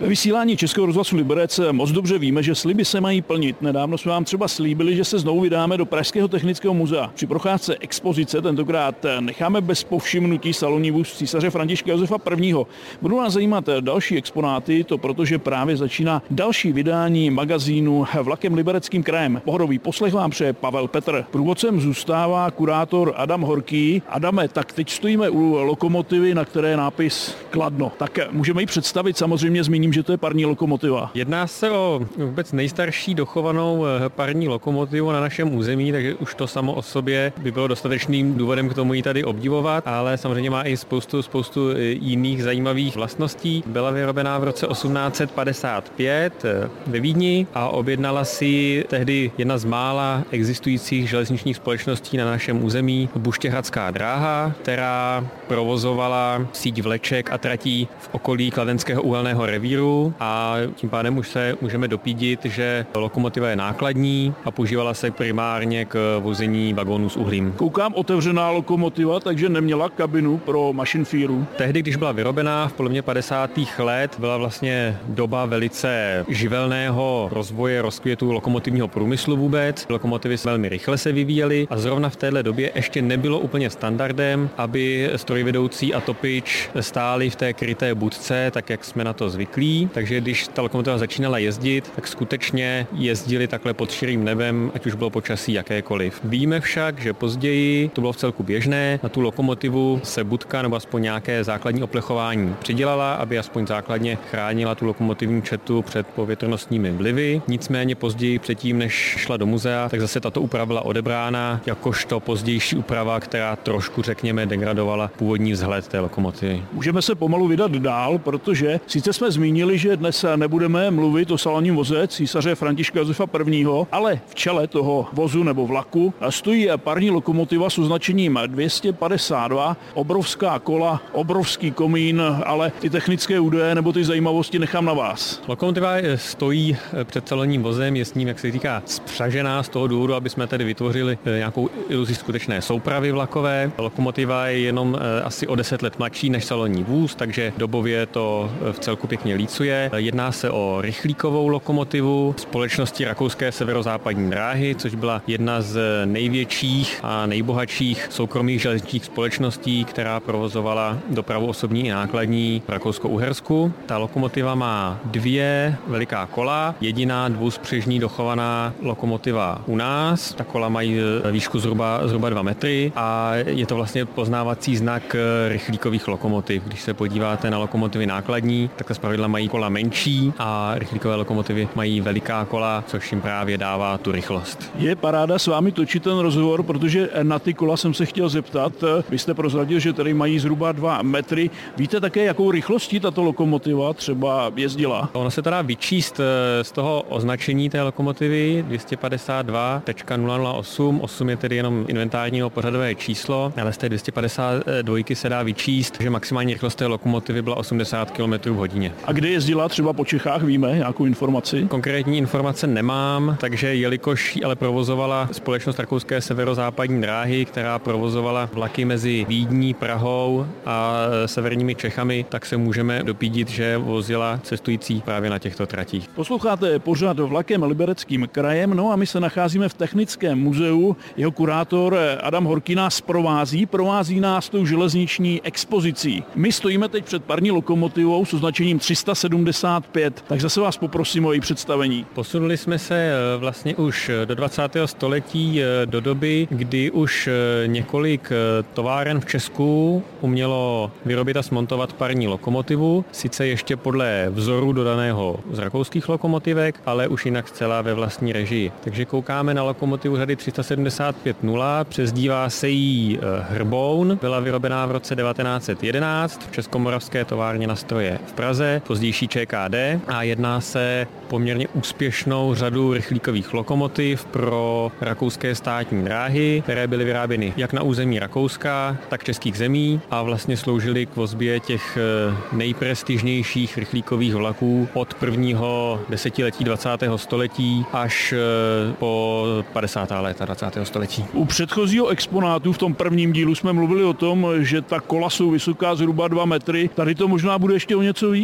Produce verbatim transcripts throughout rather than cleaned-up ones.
Ve vysílání Českého rozhlasu Liberec moc dobře víme, že sliby se mají plnit. Nedávno jsme vám třeba slíbili, že se znovu vydáme do Pražského technického muzea. Při procházce expozice tentokrát necháme bez povšimnutí salonní vůz císaře Františka Josefa prvního. Budou nás zajímat další exponáty, to protože právě začíná další vydání magazínu Vlakem Libereckým krajem. Pohodový poslech vám přeje Pavel Petr. Průvodcem zůstává kurátor Adam Horký. Adame, tak teď stojíme u lokomotivy, na které je nápis Kladno. Tak můžeme ji představit, samozřejmě zmíním, že to je parní lokomotiva. Jedná se o vůbec nejstarší dochovanou parní lokomotivu na našem území, takže už to samo o sobě by bylo dostatečným důvodem k tomu ji tady obdivovat, ale samozřejmě má i spoustu, spoustu jiných zajímavých vlastností. Byla vyrobená v roce osmnáct set padesát pět ve Vídni a objednala si tehdy jedna z mála existujících železničních společností na našem území Buštěhradská dráha, která provozovala síť vleček a tratí v okolí Kladenského uhelného revíru a tím pádem už se můžeme dopídit, že lokomotiva je nákladní a používala se primárně k vození vagónů s uhlím. Koukám, otevřená lokomotiva, takže neměla kabinu pro mašinfíru. Tehdy, když byla vyrobená v polovině padesátých let, byla vlastně doba velice živelného rozvoje, rozkvětu lokomotivního průmyslu vůbec. Lokomotivy velmi rychle se vyvíjely a zrovna v téhle době ještě nebylo úplně standardem, aby strojvedoucí a topič stáli v té kryté budce, tak jak jsme na to zvyklí. Takže když ta lokomotiva začínala jezdit, tak skutečně jezdili takhle pod širým nebem, ať už bylo počasí jakékoliv. Víme však, že později to bylo vcelku běžné, na tu lokomotivu se budka nebo aspoň nějaké základní oplechování přidělala, aby aspoň základně chránila tu lokomotivní četu před povětrnostními vlivy. Nicméně později předtím, než šla do muzea, tak zase tato úprava byla odebrána jakožto pozdější úprava, která trošku, řekněme, degradovala původní vzhled té lokomotivy. Můžeme se pomalu vydat dál, protože sice jsme zmínili, že dnes nebudeme mluvit o salonním voze císaře Františka Josefa prvního, ale v čele toho vozu nebo vlaku stojí parní lokomotiva s označením dvě stě padesát dva, obrovská kola, obrovský komín, ale ty technické údaje nebo ty zajímavosti nechám na vás. Lokomotiva stojí před salonním vozem, je s ním, jak se říká, spřažená z toho důvodu, aby jsme tady vytvořili nějakou iluzi skutečné soupravy vlakové. Lokomotiva je jenom asi o deset let mladší než salonní vůz, takže dobově to v celku pěkně lícuje. Jedná se o rychlíkovou lokomotivu společnosti Rakouské severozápadní dráhy, což byla jedna z největších a nejbohatších soukromých železničních společností, která provozovala dopravu osobní i nákladní v Rakousko-Uhersku. Ta lokomotiva má dvě veliká kola, jediná dvouspřežní dochovaná lokomotiva u nás. Ta kola mají výšku zhruba, zhruba dva metry a je to vlastně poznávací znak rychlíkových lokomotiv. Když se podíváte na lokomotivy nákladní, tak zpravidla mají kola menší a rychlíkové lokomotivy mají veliká kola, což jim právě dává tu rychlost. Je paráda s vámi točit ten rozhovor, protože na ty kola jsem se chtěl zeptat. Vy jste prozradil, že tady mají zhruba dva metry. Víte také, jakou rychlostí tato lokomotiva třeba jezdila? Ono se to dá vyčíst z toho označení té lokomotivy dvě stě padesát dva tečka nula nula osm. osm je tedy jenom inventárního pořadové číslo, ale z té dvě stě padesát dva se dá vyčíst, že maximální rychlost té lokomotivy byla osmdesát kilometrů v hodině. A kde jezdila třeba po Čechách, víme nějakou informaci? Konkrétní informace nemám, takže jelikož ale provozovala společnost Rakouské severozápadní dráhy, která provozovala vlaky mezi Vídní, Prahou a severními Čechami, tak se můžeme dopídit, že vozila cestující právě na těchto tratích. Posloucháte pořad Vlakem Libereckým krajem, no a my se nacházíme v Technickém muzeu. Jeho kurátor Adam Horký nás provází, provází nás tou železniční expozicí. My stojíme teď před parní lokomotivou s označením tři sta sedmdesát pět, tak zase vás poprosím o její představení. Posunuli jsme se vlastně už do dvacátého století, do doby, kdy už několik továren v Česku umělo vyrobit a smontovat parní lokomotivu, sice ještě podle vzoru dodaného z rakouských lokomotivek, ale už jinak zcela ve vlastní režii. Takže koukáme na lokomotivu řady tři sta sedmdesát pět nula, přezdívá se jí Hrboun, byla vyrobená v roce devatenáct set jedenáct v Českomoravské továrně na stroje v Praze, pozdější ČKD, a jedná se poměrně úspěšnou řadu rychlíkových lokomotiv pro rakouské státní dráhy, které byly vyráběny jak na území Rakouska, tak českých zemí a vlastně sloužily k vozbě těch nejprestižnějších rychlíkových vlaků od prvního desetiletí dvacátého století až po padesátá léta dvacátého století. U předchozího exponátu v tom prvním dílu jsme mluvili o tom, že ta kola jsou vysoká zhruba dva metry. Tady to možná bude ještě o něco víc, ne?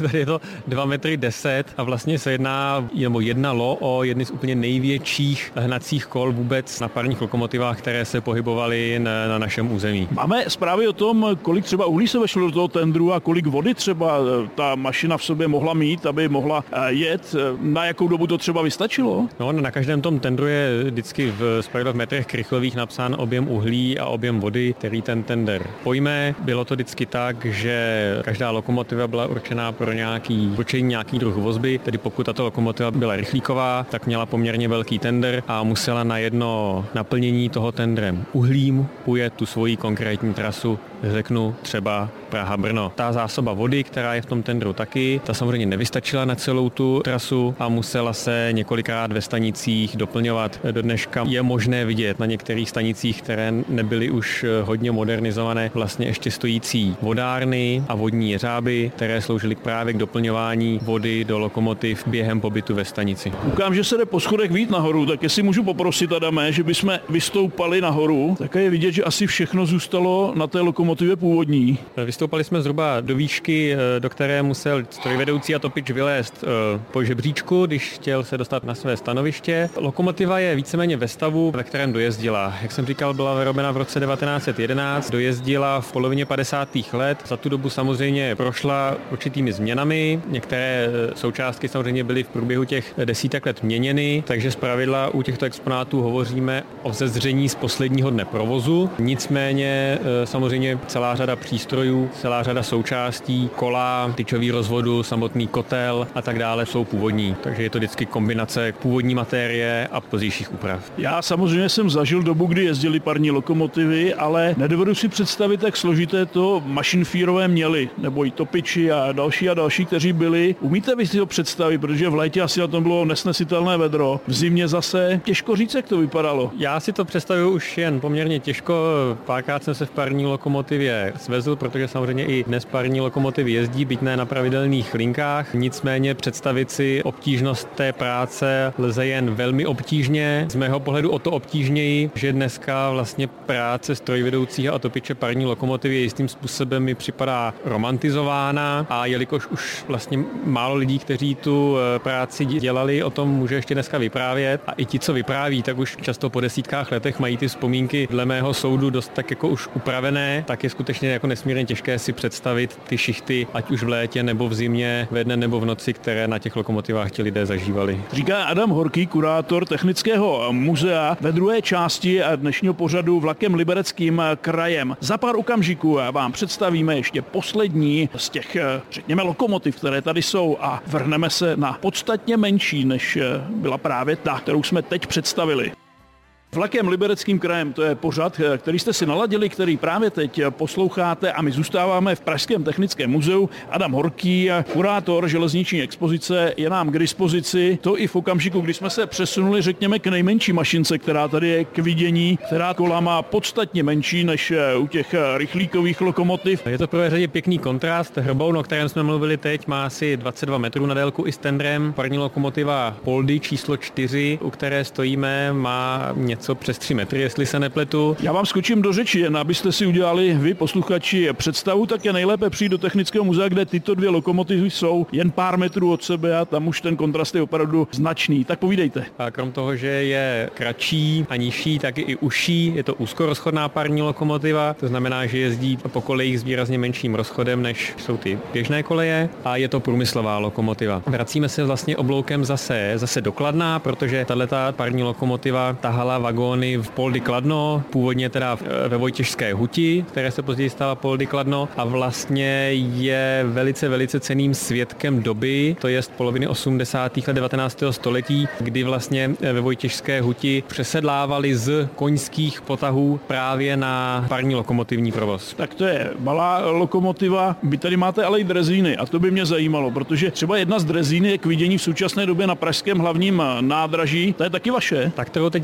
tady je to dva metry deset a vlastně se jedná nebo jednalo o jedny z úplně největších hnacích kol vůbec na parních lokomotivách, které se pohybovaly na, na našem území. Máme zprávy o tom, kolik třeba uhlí se vešlo do toho tendru a kolik vody třeba ta mašina v sobě mohla mít, aby mohla jet. Na jakou dobu to třeba vystačilo? No, na každém tom tendru je vždycky v, v metrech krychlových napsán objem uhlí a objem vody, který ten tender pojme. Bylo to vždycky tak, že každá lokomotiva byla určená pro nějaký, určený nějaký druh vozby, tedy pokud tato lokomotiva byla rychlíková, tak měla poměrně velký tender a musela na jedno naplnění toho tendrem uhlím ujet tu svoji konkrétní trasu, řeknu třeba Praha-Brno. Ta zásoba vody, která je v tom tendru taky, ta samozřejmě nevystačila na celou tu trasu a musela se několikrát ve stanicích doplňovat. Do dneška je možné vidět na některých stanicích, které nebyly už hodně modernizované, vlastně ještě stojící vodárny a vodní jeřáby, které sloužily právě k doplňování vody do lokomotiv během pobytu ve stanici. Koukám, že se jde po schodech víc nahoru, tak jestli můžu poprosit, Adame, že bychom vystoupali nahoru, tak je vidět, že asi všechno zůstalo na té lokomotivě původní. Vystoupali jsme zhruba do výšky, do které musel strojvedoucí a topič vylézt po žebříčku, když chtěl se dostat na své stanoviště. Lokomotiva je víceméně ve stavu, ve kterém dojezdila. Jak jsem říkal, byla vyrobena v roce devatenáct set jedenáct, dojezdila v polovině padesátých let. Za tu dobu samozřejmě prošla určitými změnami. Některé součástky samozřejmě byly v průběhu těch desítek let měněny, takže zpravidla u těchto exponátů hovoříme o vzezření z posledního dne provozu. Nicméně samozřejmě celá řada přístrojů, celá řada součástí, kola, tyčový rozvodu, samotný kotel a tak dále jsou původní. Takže je to vždycky kombinace původní matérie a pozdějších úprav. Já samozřejmě jsem zažil dobu, kdy jezdili parní lokomotivy, ale nedovedu si představit, jak složité to mašinfírové měli, nebo i topiči a další a další, kteří byli. Umíte vy si to představit, protože v létě asi na tom bylo nesnesitelné vedro, v zimě zase těžko říct, jak to vypadalo. Já si to představuju už jen poměrně těžko. Párkrát jsem se v parní lokomotivě svezl, protože samozřejmě i dnes parní lokomotivy jezdí, byť ne na pravidelných linkách. Nicméně představit si obtížnost té práce lze jen velmi obtížně. Z mého pohledu o to obtížněji, že dneska vlastně práce strojvedoucího a topiče parní lokomotivy jistým způsobem mi připadá romantizována a jelikož už vlastně málo lidí, kteří tu práci dělali, o tom může ještě dneska vyprávět a i ti, co vypráví, tak už často po desítkách letech mají ty vzpomínky dle mého soudu dost tak jako už upravené, tak je skutečně jako nesmírně těžké si představit ty šichty, ať už v létě nebo v zimě, ve dne nebo v noci, které na těch lokomotivách ti lidé zažívali. Říká Adam Horký, kurátor Technického muzea ve druhé části dnešního pořadu Vlakem Libereckým krajem. Za pár okamžiků vám představíme ještě poslední z těch, řekněme, lokomotiv, které tady jsou a vrhneme se na podstatně menší, než byla právě ta, kterou jsme teď představili. Vlakem Libereckým krajem, to je pořad, který jste si naladili, který právě teď posloucháte a my zůstáváme v Pražském technickém muzeu. Adam Horký, kurátor železniční expozice, je nám k dispozici. To i v okamžiku, kdy jsme se přesunuli, řekněme, k nejmenší mašince, která tady je k vidění, která kola má podstatně menší než u těch rychlíkových lokomotiv. Je to v prvé řadě pěkný kontrast. Hrboun, o kterém jsme mluvili teď, má asi dvacet dva metrů na délku i s tendrem. Parní lokomotiva Poldy číslo čtyři, u které stojíme, má něco přes tři metry, jestli se nepletu. Já vám skočím do řeči, jen abyste si udělali vy, posluchači, představu, tak je nejlépe přijít do Technického muzea, kde tyto dvě lokomotivy jsou jen pár metrů od sebe a tam už ten kontrast je opravdu značný. Tak povídejte. A krom toho, že je kratší a nižší, tak je i užší. Je to úzkorozchodná parní lokomotiva, to znamená, že jezdí po kolejích s výrazně menším rozchodem, než jsou ty běžné koleje, a je to průmyslová lokomotiva. Vracíme se vlastně obloukem zase, zase do Kladna, protože tato parní lokomotiva tahala vagóny v Poldy Kladno, původně teda ve Vojtěžské huti, které se později stala Poldy Kladno, a vlastně je velice, velice cenným svědkem doby, to je z poloviny osmdesátých let devatenáctého století, kdy vlastně ve Vojtěžské huti přesedlávali z koňských potahů právě na parní lokomotivní provoz. Tak to je malá lokomotiva, vy tady máte ale i drezíny a to by mě zajímalo, protože třeba jedna z drezín je k vidění v současné době na pražském hlavním nádraží, to je taky vaše? Tak kterou teď vystavuje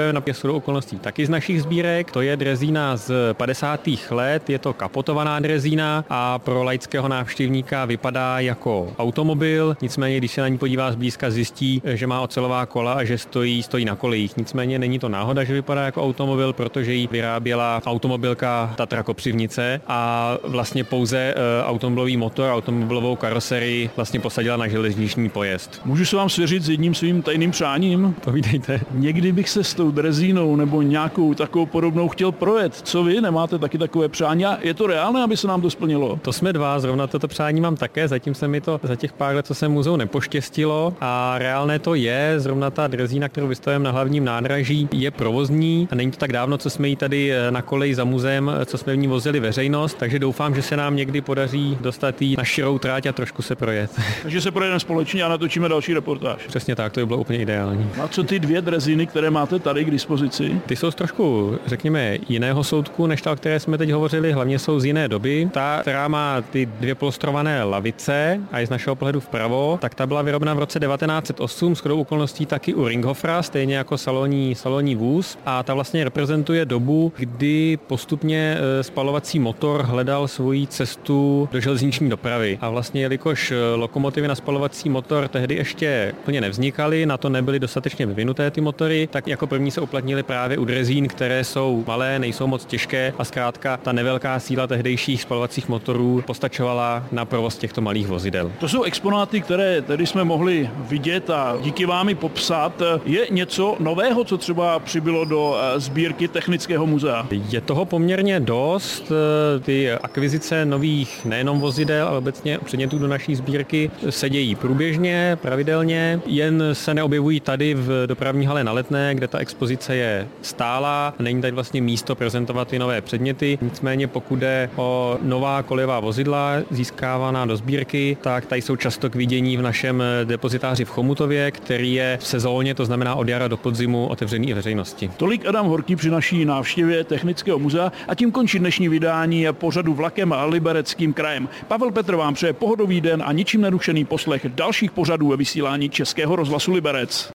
objevujeme na pěstu okolností taky z našich sbírek. To je drezína z padesátých let, je to kapotovaná drezína a pro laického návštěvníka vypadá jako automobil, nicméně když se na ní podívá zblízka, zjistí, že má ocelová kola a že stojí, stojí na kolejích. Nicméně není to náhoda, že vypadá jako automobil, protože ji vyráběla automobilka Tatra Kopřivnice a vlastně pouze automobilový motor, automobilovou karoserii vlastně posadila na železniční pojezd. Můžu se vám svěřit s jedním svým tajným přáním? Povídejte. Někdy bych se s tou drezínou nebo nějakou takovou podobnou chtěl projet. Co vy, nemáte taky takové přání? A je to reálné, aby se nám to splnilo? To jsme dva, zrovna toto přání mám také, zatím se mi to za těch pár let, co jsem muzeu, nepoštěstilo a reálné to je, zrovna ta drezína, kterou vystavujeme na hlavním nádraží, je provozní a není to tak dávno, co jsme ji tady na koleji za muzeem, co jsme v ní vozili veřejnost, takže doufám, že se nám někdy podaří dostat jí na širou tráť a trošku se projet. Takže se projedeme společně a natočíme další reportáž. Přesně tak, to by bylo úplně ideální. A co ty dvě dreziny, které máte tady k dispozici? Ty jsou z trošku, řekněme, jiného soudku, než ta, o které jsme teď hovořili, hlavně jsou z jiné doby. Ta, která má ty dvě polostrované lavice a je z našeho pohledu vpravo, tak ta byla vyrobena v roce devatenáct set osm, shodou okolností taky u Ringhofera, stejně jako salonní, salonní vůz a ta vlastně reprezentuje dobu, kdy postupně spalovací motor hledal svoji cestu do železniční dopravy. A vlastně jelikož lokomotivy na spalovací motor tehdy ještě úplně nevznikaly, na to nebyly dostatečně vyvinuté ty motory, tak jako první se uplatnily právě u drezín, které jsou malé, nejsou moc těžké a zkrátka ta nevelká síla tehdejších spalovacích motorů postačovala na provoz těchto malých vozidel. To jsou exponáty, které tedy jsme mohli vidět a díky vám i popsat. Je něco nového, co třeba přibylo do sbírky Technického muzea? Je toho poměrně dost. Ty akvizice nových nejenom vozidel, ale obecně předmětů do naší sbírky se dějí průběžně, pravidelně, jen se neobjevují tady v dopravní hale na Letné, kde ta expozice je stálá, není tady vlastně místo prezentovat ty nové předměty. Nicméně pokud jde o nová kolejová vozidla získávaná do sbírky, tak tady jsou často k vidění v našem depozitáři v Chomutově, který je v sezóně, to znamená od jara do podzimu, otevřený i veřejnosti. Tolik Adam Horký při naší návštěvě Technického muzea a tím končí dnešní vydání pořadu Vlakem a Libereckým krajem. Pavel Petr vám přeje pohodový den a ničím nerušený poslech dalších pořadů ve vysílání Českého rozhlasu Liberec.